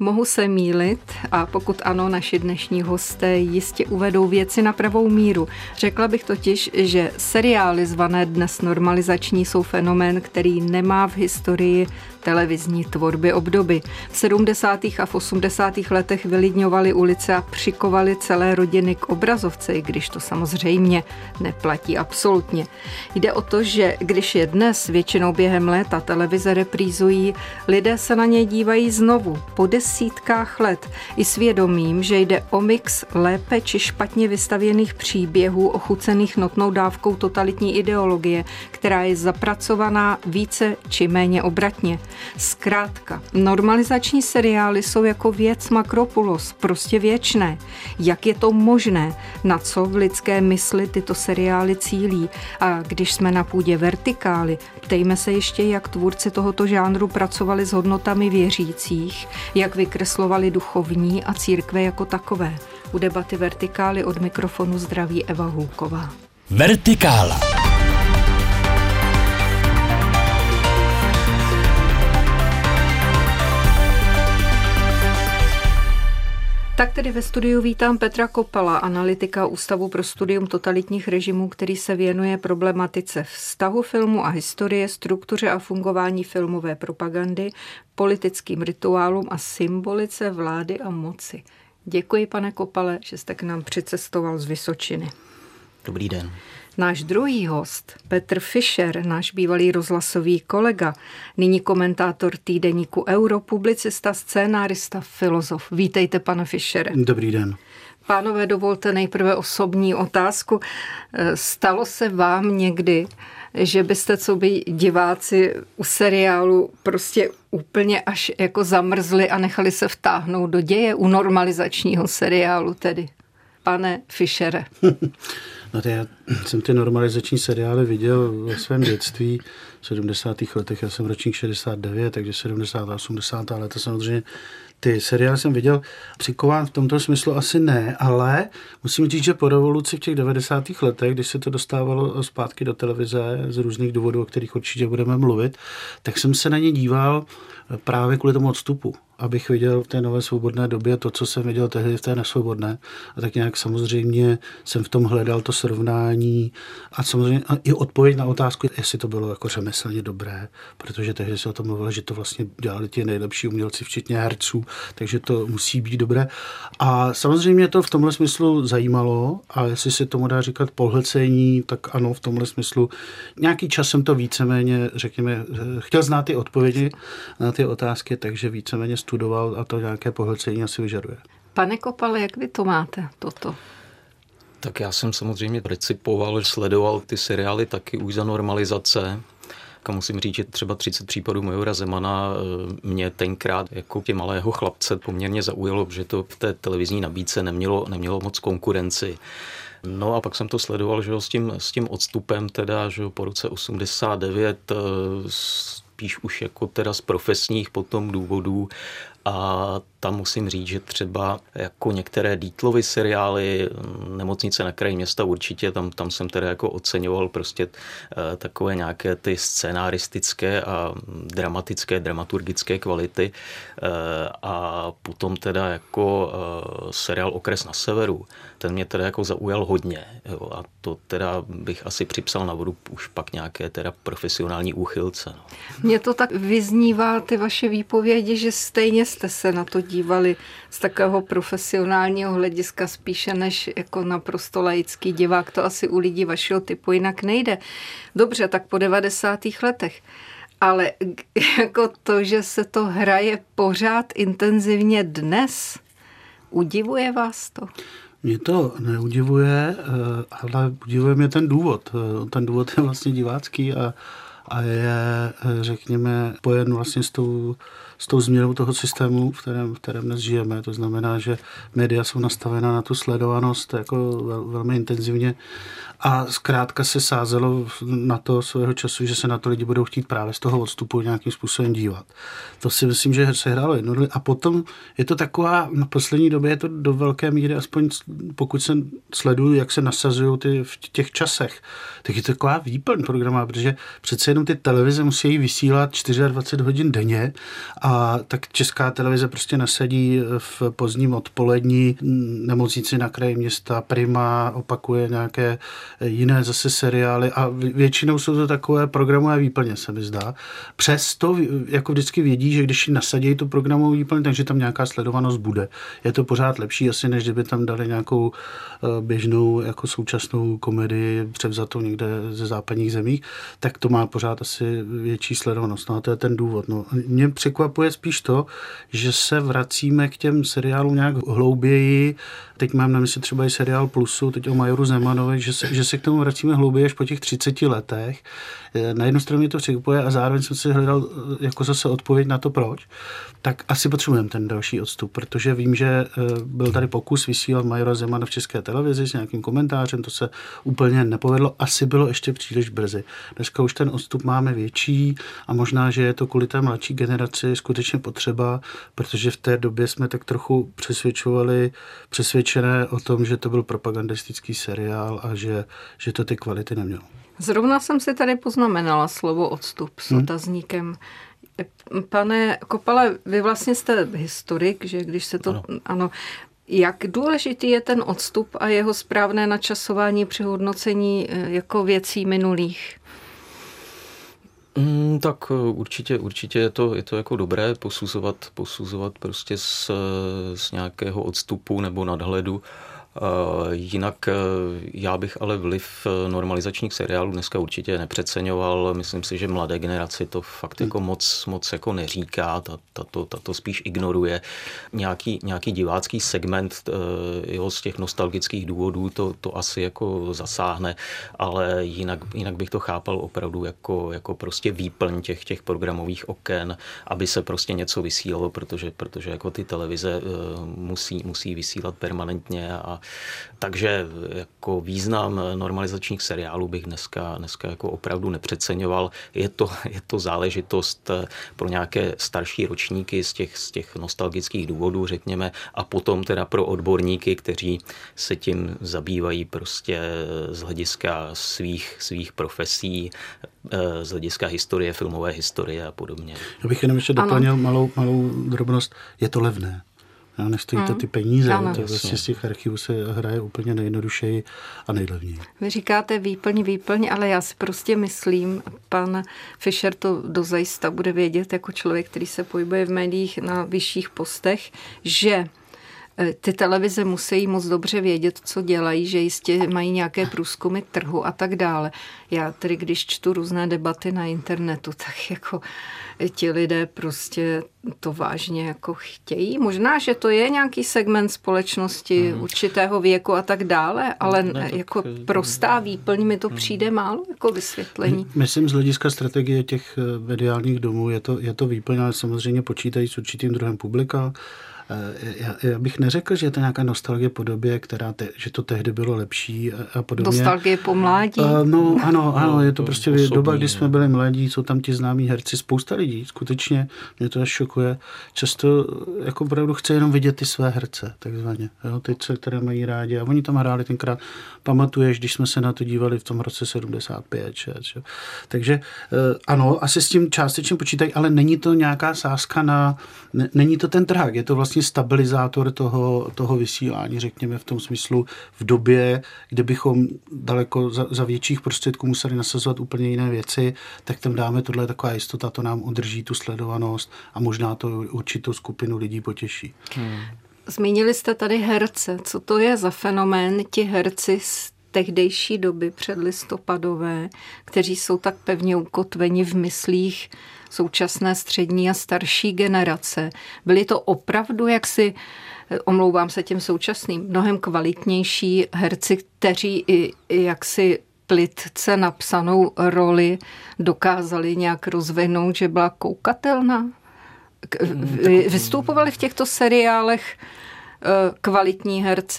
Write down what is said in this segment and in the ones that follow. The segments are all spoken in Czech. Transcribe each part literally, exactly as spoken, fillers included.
Mohu se mýlit a pokud ano, naši dnešní hosté jistě uvedou věci na pravou míru. Řekla bych totiž, že seriály zvané dnes normalizační jsou fenomén, který nemá v historii televizní tvorby obdoby. V sedmdesátých a v osmdesátých letech vylidňovali ulice a přikovali celé rodiny k obrazovce, i když to samozřejmě neplatí absolutně. Jde o to, že když je dnes většinou během léta televize reprízují, lidé se na ně dívají znovu, po desítkách let, i svědomím, že jde o mix lépe či špatně vystavěných příběhů ochucených notnou dávkou totalitní ideologie, která je zapracovaná více či méně obratně. Zkrátka, normalizační seriály jsou jako věc Makropulos, prostě věčné. Jak je to možné? Na co v lidské mysli tyto seriály cílí? A když jsme na půdě vertikály, ptejme se ještě, jak tvůrci tohoto žánru pracovali s hodnotami věřících, jak vykreslovali duchovní a církve jako takové. U debaty Vertikály od mikrofonu zdraví Eva Hulková. Vertikála. Tak tedy ve studiu vítám Petra Kopala, analytika Ústavu pro studium totalitních režimů, který se věnuje problematice vztahu filmu a historie, struktuře a fungování filmové propagandy, politickým rituálům a symbolice vlády a moci. Děkuji, pane Kopale, že jste k nám přicestoval z Vysočiny. Dobrý den. Náš druhý host, Petr Fischer, náš bývalý rozhlasový kolega, nyní komentátor týdeníku Euro, publicista, scénárista, filozof. Vítejte, pane Fischere. Dobrý den. Pánové, dovolte nejprve osobní otázku. Stalo se vám někdy, že byste, co by diváci u seriálu prostě úplně až jako zamrzli a nechali se vtáhnout do děje u normalizačního seriálu tedy? Pane Fischere. No to já jsem ty normalizační seriály viděl ve svém dětství v sedmdesátých letech, já jsem ročník šedesát devět, takže sedmdesátá a osmdesátá léta samozřejmě ty seriály jsem viděl. Přikován v tomto smyslu asi ne, ale musím říct, že po revoluci v těch devadesátých letech, když se to dostávalo zpátky do televize z různých důvodů, o kterých určitě budeme mluvit, tak jsem se na ně díval právě kvůli tomu odstupu, abych viděl v té nové svobodné době to, co jsem viděl tehdy v té nesvobodné. A tak nějak samozřejmě jsem v tom hledal to srovnání a samozřejmě i odpověď na otázku, jestli to bylo jako řemeslně dobré, protože tehdy se o tom mluvilo, že to vlastně dělali ti nejlepší umělci, včetně herců, takže to musí být dobré. A samozřejmě to v tomhle smyslu zajímalo, a jestli se tomu dá říkat pohlcení, tak ano, v tomhle smyslu. Nějaký čas jsem to víceméně, řekněme, chtěl znát ty odpovědi na ty otázky, takže víceméně studoval a to nějaké pohlcení asi vyžaduje. Pane Kopale, jak vy to máte, toto? Tak já jsem samozřejmě recipoval, sledoval ty seriály taky už za normalizace. A musím říct, že třeba třicet případů Majora Zemana mě tenkrát jako tě malého chlapce poměrně zaujalo, že to v té televizní nabídce nemělo, nemělo moc konkurenci. No a pak jsem to sledoval, že s tím, s tím odstupem teda, že po roce osmdesát devět spíš už jako teda z profesních potom důvodů. A tam musím říct, že třeba jako některé Dietlovy seriály, Nemocnice na kraji města určitě, tam, tam jsem teda jako oceňoval prostě e, takové nějaké ty scénaristické a dramatické, dramaturgické kvality. E, a potom teda jako e, seriál Okres na severu, ten mě teda jako zaujal hodně. Jo, a to teda bych asi připsal na vodu už pak nějaké teda profesionální úchylce. No. Mně to tak vyznívá, ty vaše výpovědi, že stejně jste se na to dívali z takového profesionálního hlediska spíše než jako naprosto laický divák. To asi u lidí vašeho typu jinak nejde. Dobře, tak po devadesátých letech. Ale jako to, že se to hraje pořád intenzivně dnes, udivuje vás to? Mě to neudivuje, ale udivuje mě ten důvod. Ten důvod je vlastně divácký a, a je, řekněme, spojen vlastně s tou, s tou změnou toho systému, v kterém, v kterém dnes žijeme. To znamená, že média jsou nastavena na tu sledovanost jako vel, velmi intenzivně a zkrátka se sázelo na to svého času, že se na to lidi budou chtít právě z toho odstupu nějakým způsobem dívat. To si myslím, že se hrálo jedno. A potom je to taková, na poslední době je to do velké míry, aspoň pokud se sleduju, jak se nasazují ty v těch časech, tak je to taková výplň programá, protože přece jenom ty televize musí vysílat dvacet čtyři hodin denně a A tak Česká televize prostě nasadí v pozdním odpolední Nemocnici na kraji města, Prima, opakuje nějaké jiné zase seriály a většinou jsou to takové programové výplně, se mi zdá. Přesto jako vždycky vědí, že když nasadí tu programovou výplň, takže tam nějaká sledovanost bude. Je to pořád lepší asi, než kdyby tam dali nějakou běžnou jako současnou komedii převzatou někde ze západních zemí, tak to má pořád asi větší sledovanost. No a to je ten důvod. No. Mě překvapuje spíš to, že se vracíme k těm seriálům nějak hlouběji. Teď mám na mysli třeba i seriál Plusu, teď o Majoru Zemanovi, že se, že se k tomu vracíme hlouběji až po těch třiceti letech. Na jednu stranu mě to překvapuje a zároveň jsem si hledal jako zase odpověď na to, proč. Tak asi potřebujeme ten další odstup, protože vím, že byl tady pokus vysílat Majora Zemana v České televizi s nějakým komentářem, to se úplně nepovedlo, asi bylo ještě příliš brzy. Dneska už ten odstup máme větší a možná, že je to kvůli té mladší generaci skutečně potřeba, protože v té době jsme tak trochu přesvědčovali, přesvědčené o tom, že to byl propagandistický seriál a že, že to ty kvality nemělo. Zrovna jsem si tady poznamenala slovo odstup s otazníkem. Pane Kopale, vy vlastně jste historik, že když se to... Ano. ano jak důležitý je ten odstup a jeho správné načasování při hodnocení jako věcí minulých? Mm, tak určitě, určitě je to, je to jako dobré posuzovat, posuzovat prostě z, z nějakého odstupu nebo nadhledu. Jinak já bych ale vliv normalizačních seriálů dneska určitě nepřeceňoval. Myslím si, že mladé generaci to fakt jako moc, moc jako neříká, ta, ta, to, ta to spíš ignoruje. Nějaký, nějaký divácký segment jo, z těch nostalgických důvodů to, to asi jako zasáhne, ale jinak, jinak bych to chápal opravdu jako, jako prostě výplň těch, těch programových oken, aby se prostě něco vysílalo, protože, protože jako ty televize musí, musí vysílat permanentně a takže jako význam normalizačních seriálů bych dneska, dneska jako opravdu nepřeceňoval. Je to, je to záležitost pro nějaké starší ročníky z těch, z těch nostalgických důvodů, řekněme, a potom teda pro odborníky, kteří se tím zabývají prostě z hlediska svých, svých profesí, z hlediska historie, filmové historie a podobně. Já bych jenom ještě doplnil malou, malou drobnost. Je to levné. No, nestojí to ty peníze, ano. To vlastně z těch archivů se hraje úplně nejjednodušeji a nejlevněji. Vy říkáte výplň, výplň, ale já si prostě myslím, pan Fischer to dozajista bude vědět jako člověk, který se pohybuje v médiích na vyšších postech, že ty televize musí moc dobře vědět, co dělají, že jistě mají nějaké průzkumy trhu a tak dále. Já tedy, když čtu různé debaty na internetu, tak jako ti lidé prostě to vážně jako chtějí. Možná, že to je nějaký segment společnosti hmm. určitého věku a tak dále, ale ne, tak jako prostá výplň mi to přijde málo jako vysvětlení. Myslím, z hlediska strategie těch mediálních domů je to, je to výplň, ale samozřejmě počítají s určitým druhem publika. Já, já bych neřekl, že je to nějaká nostalgie po době, která te, že to tehdy bylo lepší a podobně. Nostalgie po mládí? Uh, no ano, ano, je to prostě osobní, doba, kdy jsme byli mladí, jsou tam ti známí herci, spousta lidí, skutečně mě to až šokuje. Často jako opravdu chce jenom vidět ty své herce, takzvaně, jo, ty, které mají rádi a oni tam hráli tenkrát, pamatuješ, když jsme se na to dívali v tom roce sedmdesát pět, šest, jo. Takže uh, ano, asi s tím částečně počítají, ale není to nějaká sázka na, ne, není to ten trhák, je to vlastně stabilizátor toho, toho vysílání, řekněme v tom smyslu v době, kde bychom daleko za, za větších prostředků museli nasazovat úplně jiné věci, tak tam dáme tohle taková jistota, to nám udrží tu sledovanost a možná to určitou skupinu lidí potěší. Hmm. Zmínili jste tady herce. Co to je za fenomén, ti herci z tehdejší doby předlistopadové, kteří jsou tak pevně ukotveni v myslích současné střední a starší generace. Byli to opravdu, jak si, omlouvám se těm současným, mnohem kvalitnější herci, kteří i, i jaksi plytce napsanou roli dokázali nějak rozvinout, že byla koukatelná? Vystupovali v těchto seriálech kvalitní herci?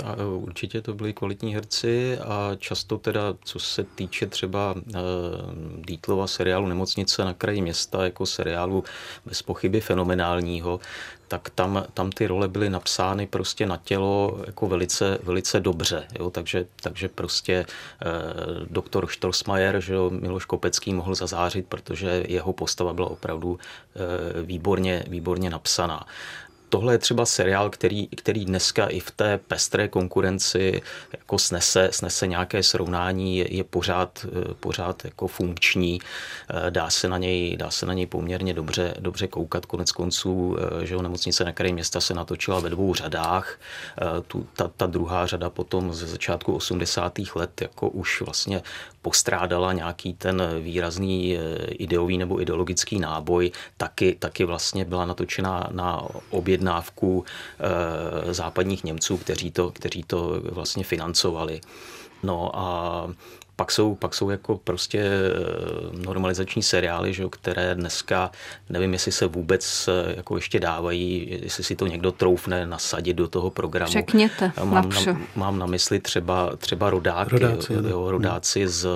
A určitě to byli kvalitní herci a často teda, co se týče třeba e, Dietlowa seriálu Nemocnice na kraji města, jako seriálu bez pochyby fenomenálního, tak tam, tam ty role byly napsány prostě na tělo jako velice, velice dobře. Jo? Takže, takže prostě e, doktor Štrosmajer, že jo, Miloš Kopecký mohl zazářit, protože jeho postava byla opravdu e, výborně, výborně napsaná. Tohle je třeba seriál, který, který dneska i v té pestré konkurenci jako snese, snese nějaké srovnání, je, je pořád, pořád jako funkční, dá se na něj, dá se na něj poměrně dobře, dobře koukat. Konec konců, že Nemocnice na kraji města se natočila ve dvou řadách. Tu, ta, ta druhá řada potom ze začátku osmdesátých let jako už vlastně postrádala nějaký ten výrazný ideový nebo ideologický náboj, taky, taky vlastně byla natočena na objednávku e, západních Němců, kteří to, kteří to vlastně financovali. No a Pak jsou, pak jsou jako prostě normalizační seriály, že, které dneska, nevím, jestli se vůbec jako ještě dávají, jestli si to někdo troufne nasadit do toho programu. Řekněte, mám na, mám na mysli třeba, třeba rodáky, rodáci, jo, jo, rodáci z,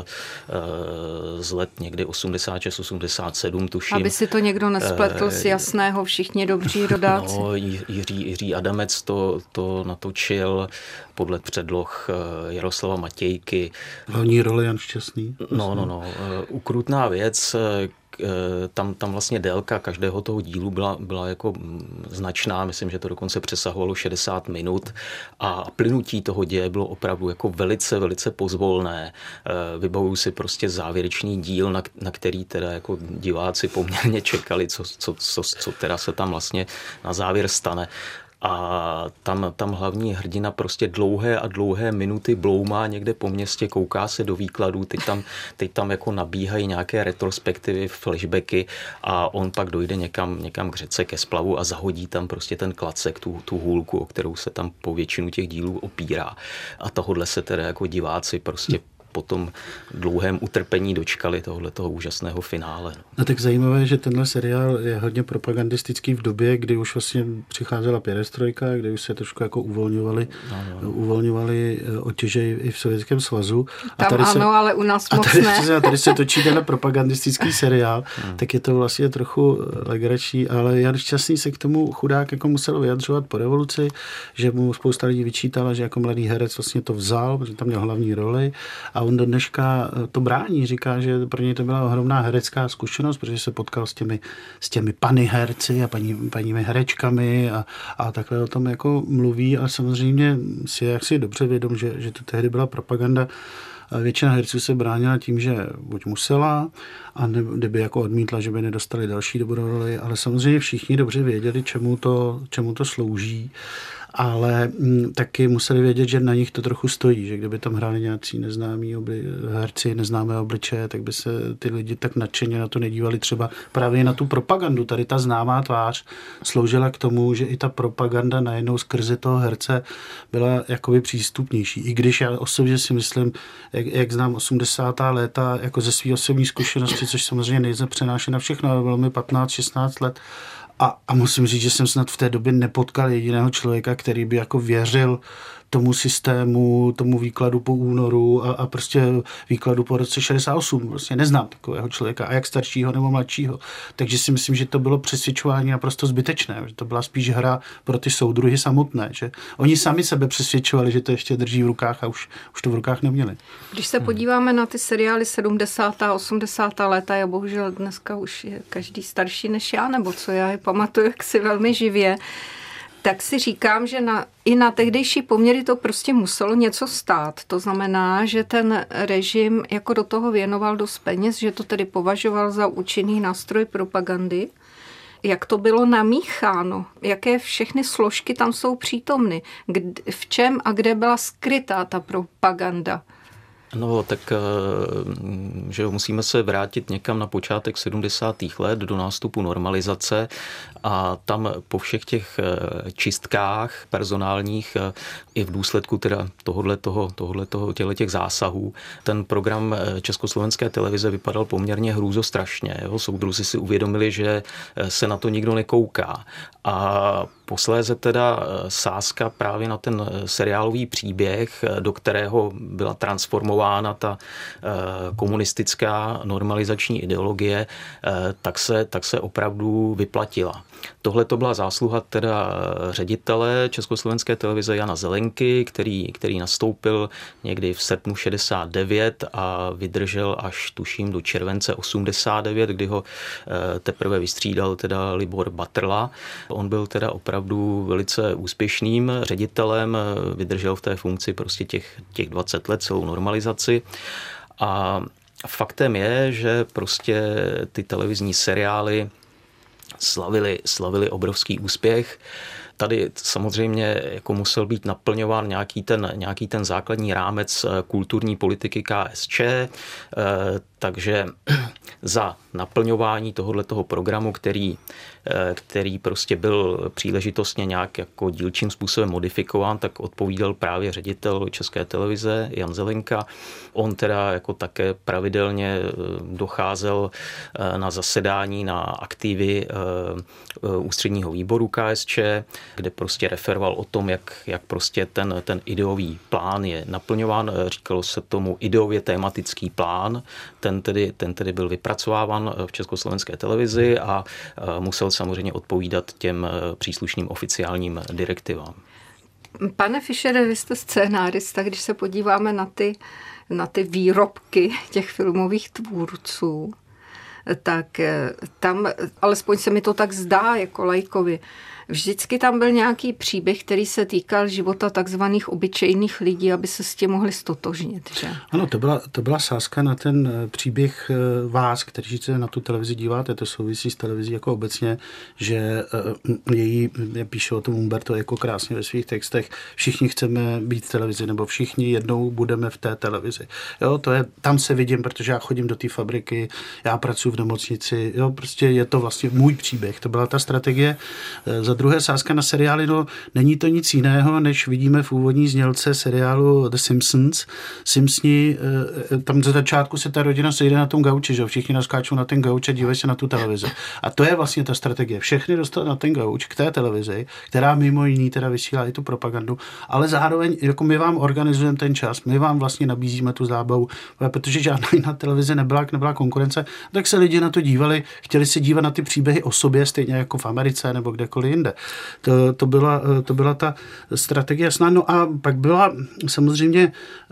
z let někdy osmdesát šest osmdesát sedm, tuším. Aby si to někdo nespletl z Jasného, všichni dobří rodáci. No, Jiří, Jiří Adamec to, to natočil podle předloh Jaroslava Matějky. Hlavní role Jan Šťastný. No, no, no. Ukrutná věc. Tam, tam vlastně délka každého toho dílu byla, byla jako značná, myslím, že to dokonce přesahovalo šedesát minut a plynutí toho děje bylo opravdu jako velice, velice pozvolné. Vybavuju si prostě závěrečný díl, na, na který teda jako diváci poměrně čekali, co, co, co, co teda se tam vlastně na závěr stane. A tam, tam hlavní hrdina prostě dlouhé a dlouhé minuty bloumá někde po městě, kouká se do výkladů, teď tam, teď tam jako nabíhají nějaké retrospektivy, flashbacky a on pak dojde někam, někam k řece, ke splavu a zahodí tam prostě ten klacek, tu, tu hůlku, o kterou se tam po většinu těch dílů opírá. A tohodle se teda jako diváci prostě po tom dlouhém utrpení dočkali tohoto úžasného finále. No tak zajímavé, že tenhle seriál je hodně propagandistický v době, kdy už vlastně přicházela perestrojka, kdy už se trošku jako uvolňovali, no, no. uvolňovali otěže i v Sovětském svazu. A tam tady ano, se, ale u nás moc tady, ne. A tady se točí tenhle propagandistický seriál, hmm. tak je to vlastně trochu legrační, ale Jan Šťastný se k tomu chudák jako musel vyjadřovat po revoluci, že mu spousta lidí vyčítala, že jako mladý herec vlastně to vzal, protože tam měl hlavní roli a on do dneška to brání, říká, že pro něj to byla ohromná herecká zkušenost, protože se potkal s těmi, s těmi pany herci a paní, paními herečkami a, a takhle o tom jako mluví a samozřejmě si je jaksi dobře vědom, že, že to tehdy byla propaganda. Většina herců se bránila tím, že buď musela, a ne, kdyby jako odmítla, že by nedostali další dobrou roli, ale samozřejmě všichni dobře věděli, čemu to, čemu to slouží. Ale m, taky museli vědět, že na nich to trochu stojí, že kdyby tam hráli nějací neznámí obli, herci, neznámé obličeje, tak by se ty lidi tak nadšeně na to nedívali třeba právě na tu propagandu. Tady ta známá tvář sloužila k tomu, že i ta propaganda najednou skrze toho herce byla jakoby přístupnější. I když já osobně si myslím, jak, jak znám osmdesátá léta jako ze svý osobní zkušenosti, což samozřejmě nejde přenášet na všechno, ale bylo mi patnáct šestnáct let, A, a musím říct, že jsem snad v té době nepotkal jediného člověka, který by jako věřil tomu systému, tomu výkladu po únoru a, a prostě výkladu po roce šedesát osm. Prostě neznám takového člověka, a jak staršího nebo mladšího. Takže si myslím, že to bylo přesvědčování naprosto zbytečné, že to byla spíš hra pro ty soudruhy samotné, že oni sami sebe přesvědčovali, že to ještě drží v rukách a už, už to v rukách neměli. Když se podíváme na ty seriály sedmdesátá osmdesátá léta, já bohužel dneska už je každý starší než já, nebo co já je pamatuju, jak si velmi živě, tak si říkám, že na, i na tehdejší poměry to prostě muselo něco stát. To znamená, že ten režim jako do toho věnoval dost peněz, že to tedy považoval za účinný nástroj propagandy. Jak to bylo namícháno, jaké všechny složky tam jsou přítomny, v čem a kde byla skrytá ta propaganda. No, tak že musíme se vrátit někam na počátek sedmdesátých let do nástupu normalizace a tam po všech těch čistkách personálních i v důsledku teda tohodletoho, tohodletoho těch zásahů ten program Československé televize vypadal poměrně hrůzostrašně. Jo? Soudruzi si uvědomili, že se na to nikdo nekouká. A posléze teda sázka právě na ten seriálový příběh, do kterého byla transformována ta komunistická normalizační ideologie, tak se, tak se opravdu vyplatila. Tohle to byla zásluha teda ředitele Československé televize Jana Zelenky, který, který nastoupil někdy v srpnu šedesát devět a vydržel až tuším do července osmdesát devět, kdy ho teprve vystřídal teda Libor Batrla. On byl teda opravdu velice úspěšným ředitelem, vydržel v té funkci prostě těch, těch dvacet let, celou normalizaci. A faktem je, že prostě ty televizní seriály slavili, slavili obrovský úspěch. Tady samozřejmě jako musel být naplňován nějaký ten, nějaký ten základní rámec kulturní politiky K S Č, takže za naplňování tohoto programu, který, který prostě byl příležitostně nějak jako dílčím způsobem modifikován, tak odpovídal právě ředitel České televize Jan Zelenka. On teda jako také pravidelně docházel na zasedání, na aktivy ústředního výboru K S Č, kde prostě referoval o tom, jak, jak prostě ten, ten ideový plán je naplňován. Říkalo se tomu ideově tematický plán. Ten tedy, ten tedy byl vypracováván v Československé televizi a musel samozřejmě odpovídat těm příslušným oficiálním direktivám. Pane Fischere, vy jste scénárista, když se podíváme na ty, na ty výrobky těch filmových tvůrců, tak tam, alespoň se mi to tak zdá jako laikovi, vždycky tam byl nějaký příběh, který se týkal života takzvaných obyčejných lidí, aby se s tím mohli stotožnit, že? Ano, to byla, to byla sázka na ten příběh vás, kteří se na tu televizi díváte, to souvisí s televizí jako obecně, že její, píše o tom Umberto jako krásně ve svých textech, všichni chceme být v televizi, nebo všichni jednou budeme v té televizi. Jo, to je, tam se vidím, protože já chodím do té fabriky, já pracuji v nemocnici, jo, prostě je to vlastně můj příběh, to byla ta strategie. Za druhé sázka na seriály, no není to nic jiného, než vidíme v úvodní znělce seriálu The Simpsons. Simpsoni, tam za začátku se ta rodina sejde na tom gauči, že všichni naskáčou na ten gauč a dívají se na tu televizi. A to je vlastně ta strategie. Všechny dostat na ten gauč k té televizi, která mimo jiný teda vysílá i tu propagandu, ale zároveň, jako my vám organizujeme ten čas, my vám vlastně nabízíme tu zábavu, protože žádná jiná televize nebyla, nebyla konkurence, tak se lidi na to dívali, chtěli se dívat na ty příběhy o sobě, stejně jako v Americe nebo kdekoliv jinde. To, to, byla, to byla ta strategie jasná. No a pak byla samozřejmě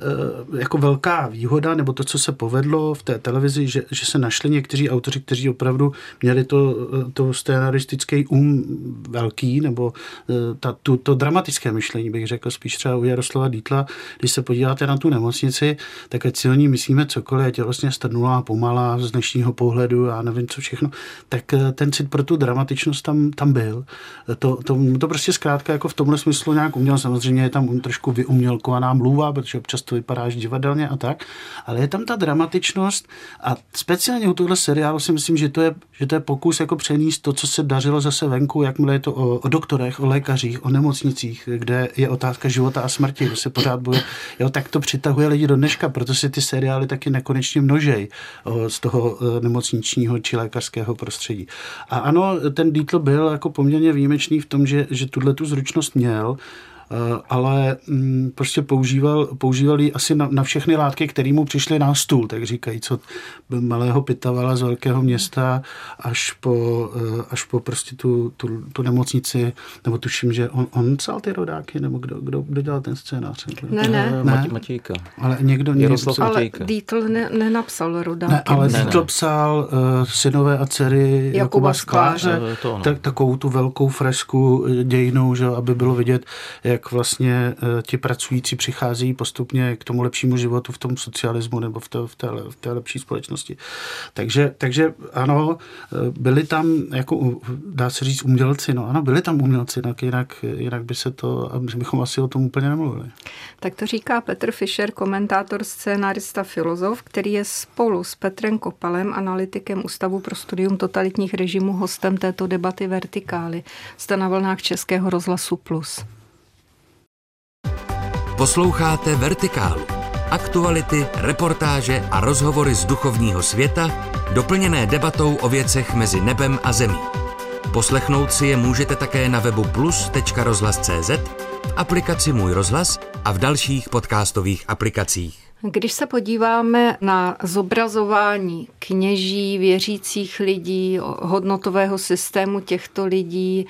jako velká výhoda, nebo to, co se povedlo v té televizi, že, že se našli někteří autoři, kteří opravdu měli to, to scénaristický um velký, nebo ta, tu, to dramatické myšlení, bych řekl spíš třeba u Jaroslava Dietla. Když se podíváte na tu nemocnici, tak ať si o ní myslíme cokoliv, ať je vlastně strnulá, pomalá z dnešního pohledu a nevím co všechno, tak ten cit pro tu dramatičnost tam, tam byl. To, to, to prostě zkrátka jako v tomhle smyslu nějak uměl. Samozřejmě je tam trošku vyumělkovaná mluva, protože občas to vypadá až divadelně a tak, ale je tam ta dramatičnost a speciálně u tohle seriálu si myslím, že to je, že to je pokus jako přenést to, co se dařilo zase venku, jakmile je to o, o doktorech, o lékařích, o nemocnicích, kde je otázka života a smrti, kde se pořád bude, jo, tak to přitahuje lidi do dneška, proto si ty seriály taky nekonečně množej o, z toho nemocničního či lékařského prostředí. A ano, ten Dietl byl jako poměrně výjimečný v tom, že, že tuhle tu zručnost měl, ale prostě používal, používal ji asi na, na všechny látky, které mu přišly na stůl, tak říkají, co malého pitavala z velkého města až po, až po prostě tu, tu, tu nemocnici, nebo tuším, že on, on psal ty rodáky, nebo kdo, kdo, kdo dělal ten scénář? Ne, ne. ne. Matějka. Ale někdo... Jaroslav Matějka. Ale Dietl ne, nenapsal rodáky. Ne, ale Dietl psal uh, Synové a dcery Jakuba Skláře, tak, takovou tu velkou fresku dějnou, že, aby bylo vidět, jak jak vlastně ti pracující přicházejí postupně k tomu lepšímu životu v tom socialismu nebo v té, v té, v té lepší společnosti. Takže, takže ano, byli tam, jako dá se říct, umělci, no ano, byli tam umělci, jinak, jinak by se to, bychom asi o tom úplně nemluvili. Tak to říká Petr Fischer, komentátor, scénárista, filozof, který je spolu s Petrem Kopalem, analytikem Ústavu pro studium totalitních režimů, hostem této debaty Vertikály. Jste na vlnách Českého rozhlasu Plus. Posloucháte Vertikálu. Aktuality, reportáže a rozhovory z duchovního světa, doplněné debatou o věcech mezi nebem a zemí. Poslechnout si je můžete také na webu plus tečka rozhlas tečka cé zet, v aplikaci Můj rozhlas a v dalších podcastových aplikacích. Když se podíváme na zobrazování kněží, věřících lidí, hodnotového systému těchto lidí,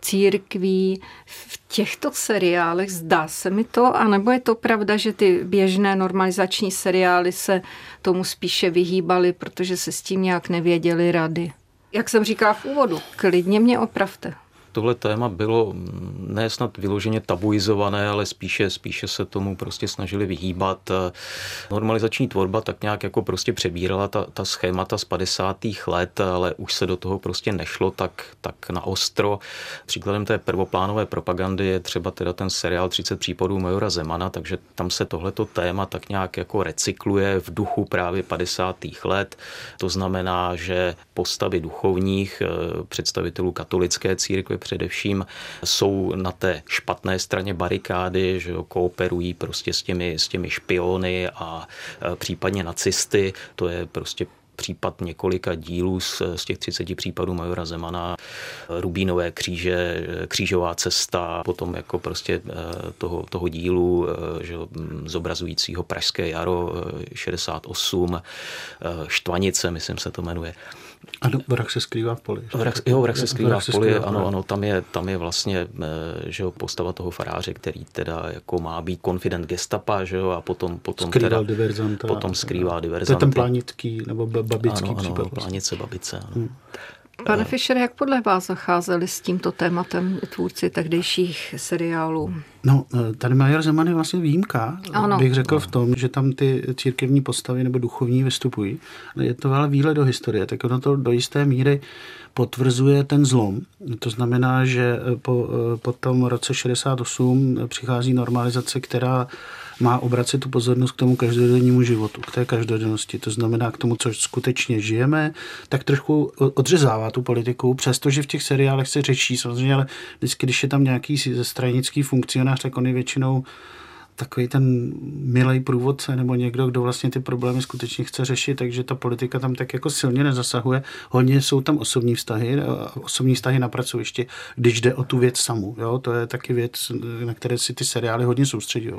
církví, v těchto seriálech zdá se mi to, anebo je to pravda, že ty běžné normalizační seriály se tomu spíše vyhýbaly, protože se s tím nějak nevěděli rady? Jak jsem říkala v úvodu, klidně mě opravte. Tohle téma bylo ne snad vyloženě tabuizované, ale spíše, spíše se tomu prostě snažili vyhýbat. Normalizační tvorba tak nějak jako prostě přebírala ta, ta schémata z padesátých let, ale už se do toho prostě nešlo tak, tak na ostro. Příkladem té prvoplánové propagandy je třeba teda ten seriál třicet případů majora Zemana, takže tam se tohleto téma tak nějak jako recykluje v duchu právě padesátých let. To znamená, že postavy duchovních představitelů katolické církve především jsou na té špatné straně barikády, že jo, kooperují prostě s těmi, s těmi špiony a případně nacisty. To je prostě případ několika dílů z, z těch třiceti případů majora Zemana, Rubínové kříže, Křížová cesta, potom jako prostě toho, toho dílu, že, zobrazujícího Pražské jaro šedesát osm, Štvanice, myslím se to jmenuje. Ano, vrah se skrývá v poli. Vrah, jo, vrah se skrývá vrah v poli, skrývá, ano, ano, tam je, tam je vlastně, že jo, postava toho faráře, který teda jako má být konfident gestapa, že jo, a potom, potom skrýval teda, diverzanta. Potom skrývá diverzanty. To je ten Plánický, nebo babický ano, případ. Ano, Plánice, Babice, ano. Hmm. Pane Fischer, jak podle vás zacházeli s tímto tématem tvůrci tehdejších seriálů? No, tady major Zeman je vlastně výjimka, ano. bych řekl v tom, že tam ty církevní postavy nebo duchovní vystupují. Je to ale výhled do historie, tak ono to do jisté míry potvrzuje ten zlom. To znamená, že po, po tom roce šedesát osm přichází normalizace, která má obracet tu pozornost k tomu každodennímu životu, k té každodennosti. To znamená k tomu, co skutečně žijeme, tak trošku odřezává tu politiku, přestože v těch seriálech se řeší samozřejmě, ale vždycky, když je tam nějaký stranický funkcionář, tak on je většinou takový ten milej průvodce nebo někdo, kdo vlastně ty problémy skutečně chce řešit, takže ta politika tam tak jako silně nezasahuje. Hodně jsou tam osobní vztahy, osobní vztahy na pracovišti, když jde o tu věc samu. Jo? To je taky věc, na které si ty seriály hodně soustředí.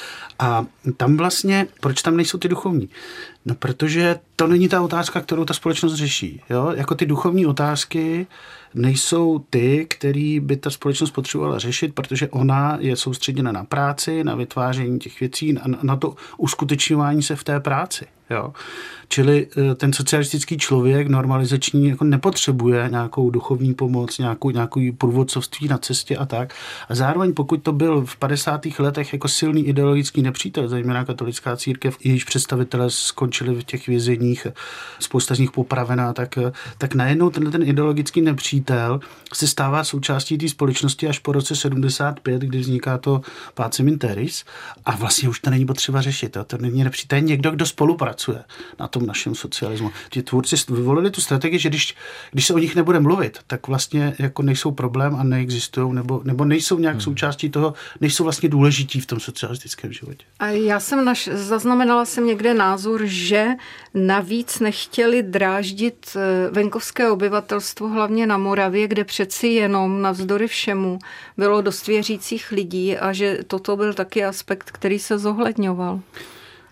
A tam vlastně, proč tam nejsou ty duchovní? No, protože to není ta otázka, kterou ta společnost řeší. Jo? Jako ty duchovní otázky nejsou ty, který by ta společnost potřebovala řešit, protože ona je soustředěna na práci, na vytváření těch věcí, na, na to uskutečňování se v té práci. Jo. Čili ten socialistický člověk normalizační jako nepotřebuje nějakou duchovní pomoc, nějakou, nějakou průvodcovství na cestě a tak. A zároveň pokud to byl v padesátých letech jako silný ideologický nepřítel, zejména katolická církev, jejíž představitelé skončili v těch vězeních, spousta z nich popravená, tak, tak najednou tenhle ten ideologický nepřítel se stává součástí té společnosti až po roce sedmdesát pět, kdy vzniká to Pacem in Terris a vlastně už to není potřeba řešit. To není nepřítel, někdo, kdo spolupracuje na tom našem socialismu. Ti tvůrci vyvolili tu strategii, že když, když se o nich nebude mluvit, tak vlastně jako nejsou problém a neexistují, nebo, nebo nejsou nějak hmm. součástí toho, nejsou vlastně důležití v tom socialistickém životě. A já jsem naš, zaznamenala jsem někde názor, že navíc nechtěli dráždit venkovské obyvatelstvo, hlavně na Moravě, kde přeci jenom navzdory všemu bylo dost věřících lidí a že toto byl taky aspekt, který se zohledňoval.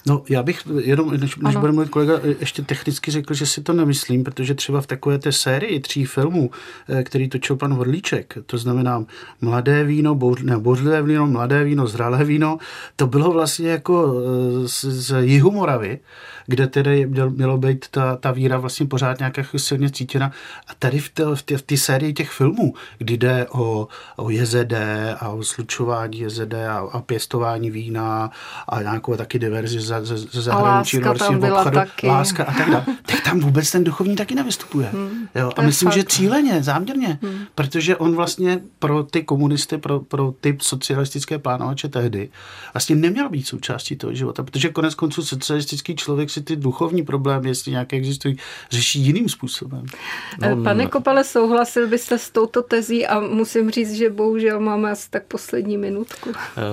No, já bych jenom, než, než bude mluvit kolega, ještě technicky řekl, že si to nemyslím, protože třeba v takové té sérii tří filmů, který točil pan Horlíček, to znamená Mladé víno, bouř, ne, bouřlivé víno, Mladé víno, Zralé víno, to bylo vlastně jako z, z Jihu Moravy, kde tedy měl, mělo být ta, ta víra vlastně pořád nějak silně cítěna. A tady v té v té, v té sérii těch filmů, kdy jde o, o J Z D a o slučování J Z D a, a pěstování vína a nějakou taky diverzi ze, ze, ze zahraničí, obchodu, láska a tak dále, tak tam vůbec ten duchovní taky nevystupuje. Hmm, jo? A myslím, fakt. Že cíleně, záměrně, hmm. protože on vlastně pro ty komunisty, pro, pro ty socialistické plánovače tehdy vlastně neměl být součástí toho života, protože konec konců socialistický člověk si ty duchovní problémy, jestli nějaké existují, řeší jiným způsobem. No, Pane Kopale, souhlasil byste s touto tezí a musím říct, že bohužel máme asi tak poslední minutku.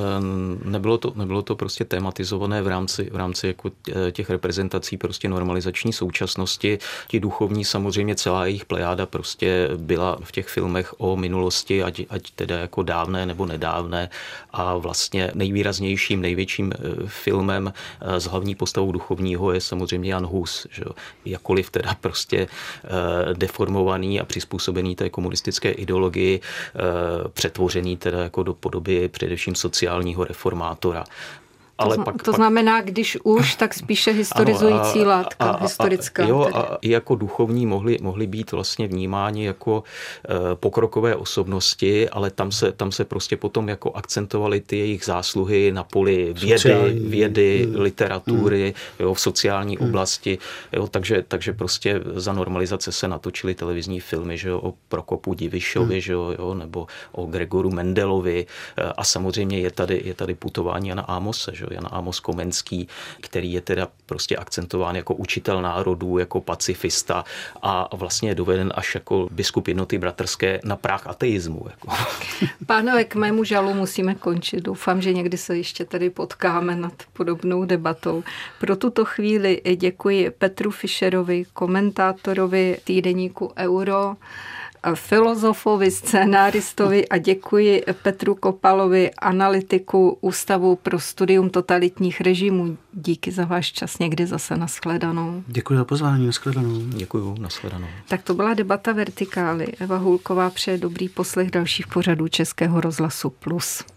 Nebylo to, nebylo to prostě tematizované v rámci, v rámci jako těch reprezentací prostě normalizační současnosti. Ti duchovní samozřejmě celá jejich plejáda prostě byla v těch filmech o minulosti, ať, ať teda jako dávné nebo nedávné a vlastně nejvýraznějším, největším filmem s hlavní postavou duchovního je samozřejmě Jan Hus, že jo? Jakkoliv teda prostě deformovaný a přizpůsobený té komunistické ideologii, přetvořený teda jako do podoby především sociálního reformátora. Ale to, pak, to pak... znamená, když už, tak spíše historizující ano, a, látka, a, a, historická. Jo, tedy. A i jako duchovní mohli, mohli být vlastně vnímáni jako e, pokrokové osobnosti, ale tam se, tam se prostě potom jako akcentovaly ty jejich zásluhy na poli vědy, sociální. vědy hmm. literatury, hmm. jo, v sociální hmm. oblasti. Jo, takže, takže prostě za normalizace se natočily televizní filmy, že jo, o Prokopu Divišovi, hmm. že jo, jo, nebo o Gregoru Mendelovi a samozřejmě je tady, je tady putování Jana Ámose, že Jan Amos Komenský, který je teda prostě akcentován jako učitel národů, jako pacifista a vlastně je doveden až jako biskup Jednoty bratrské na práh ateismu. Jako. Pánové, k mému žalu musíme končit. Doufám, že někdy se ještě tady potkáme nad podobnou debatou. Pro tuto chvíli děkuji Petru Fischerovi, komentátorovi týdeníku Euro, filozofovi, scénáristovi a děkuji Petru Kopalovi, analytiku Ústavu pro studium totalitních režimů. Díky za váš čas, někdy zase nashledanou. Děkuji za pozvání, nashledanou. Děkuji, nashledanou. Tak to byla debata Vertikály. Eva Hulková přeje dobrý poslech dalších pořadů Českého rozhlasu Plus.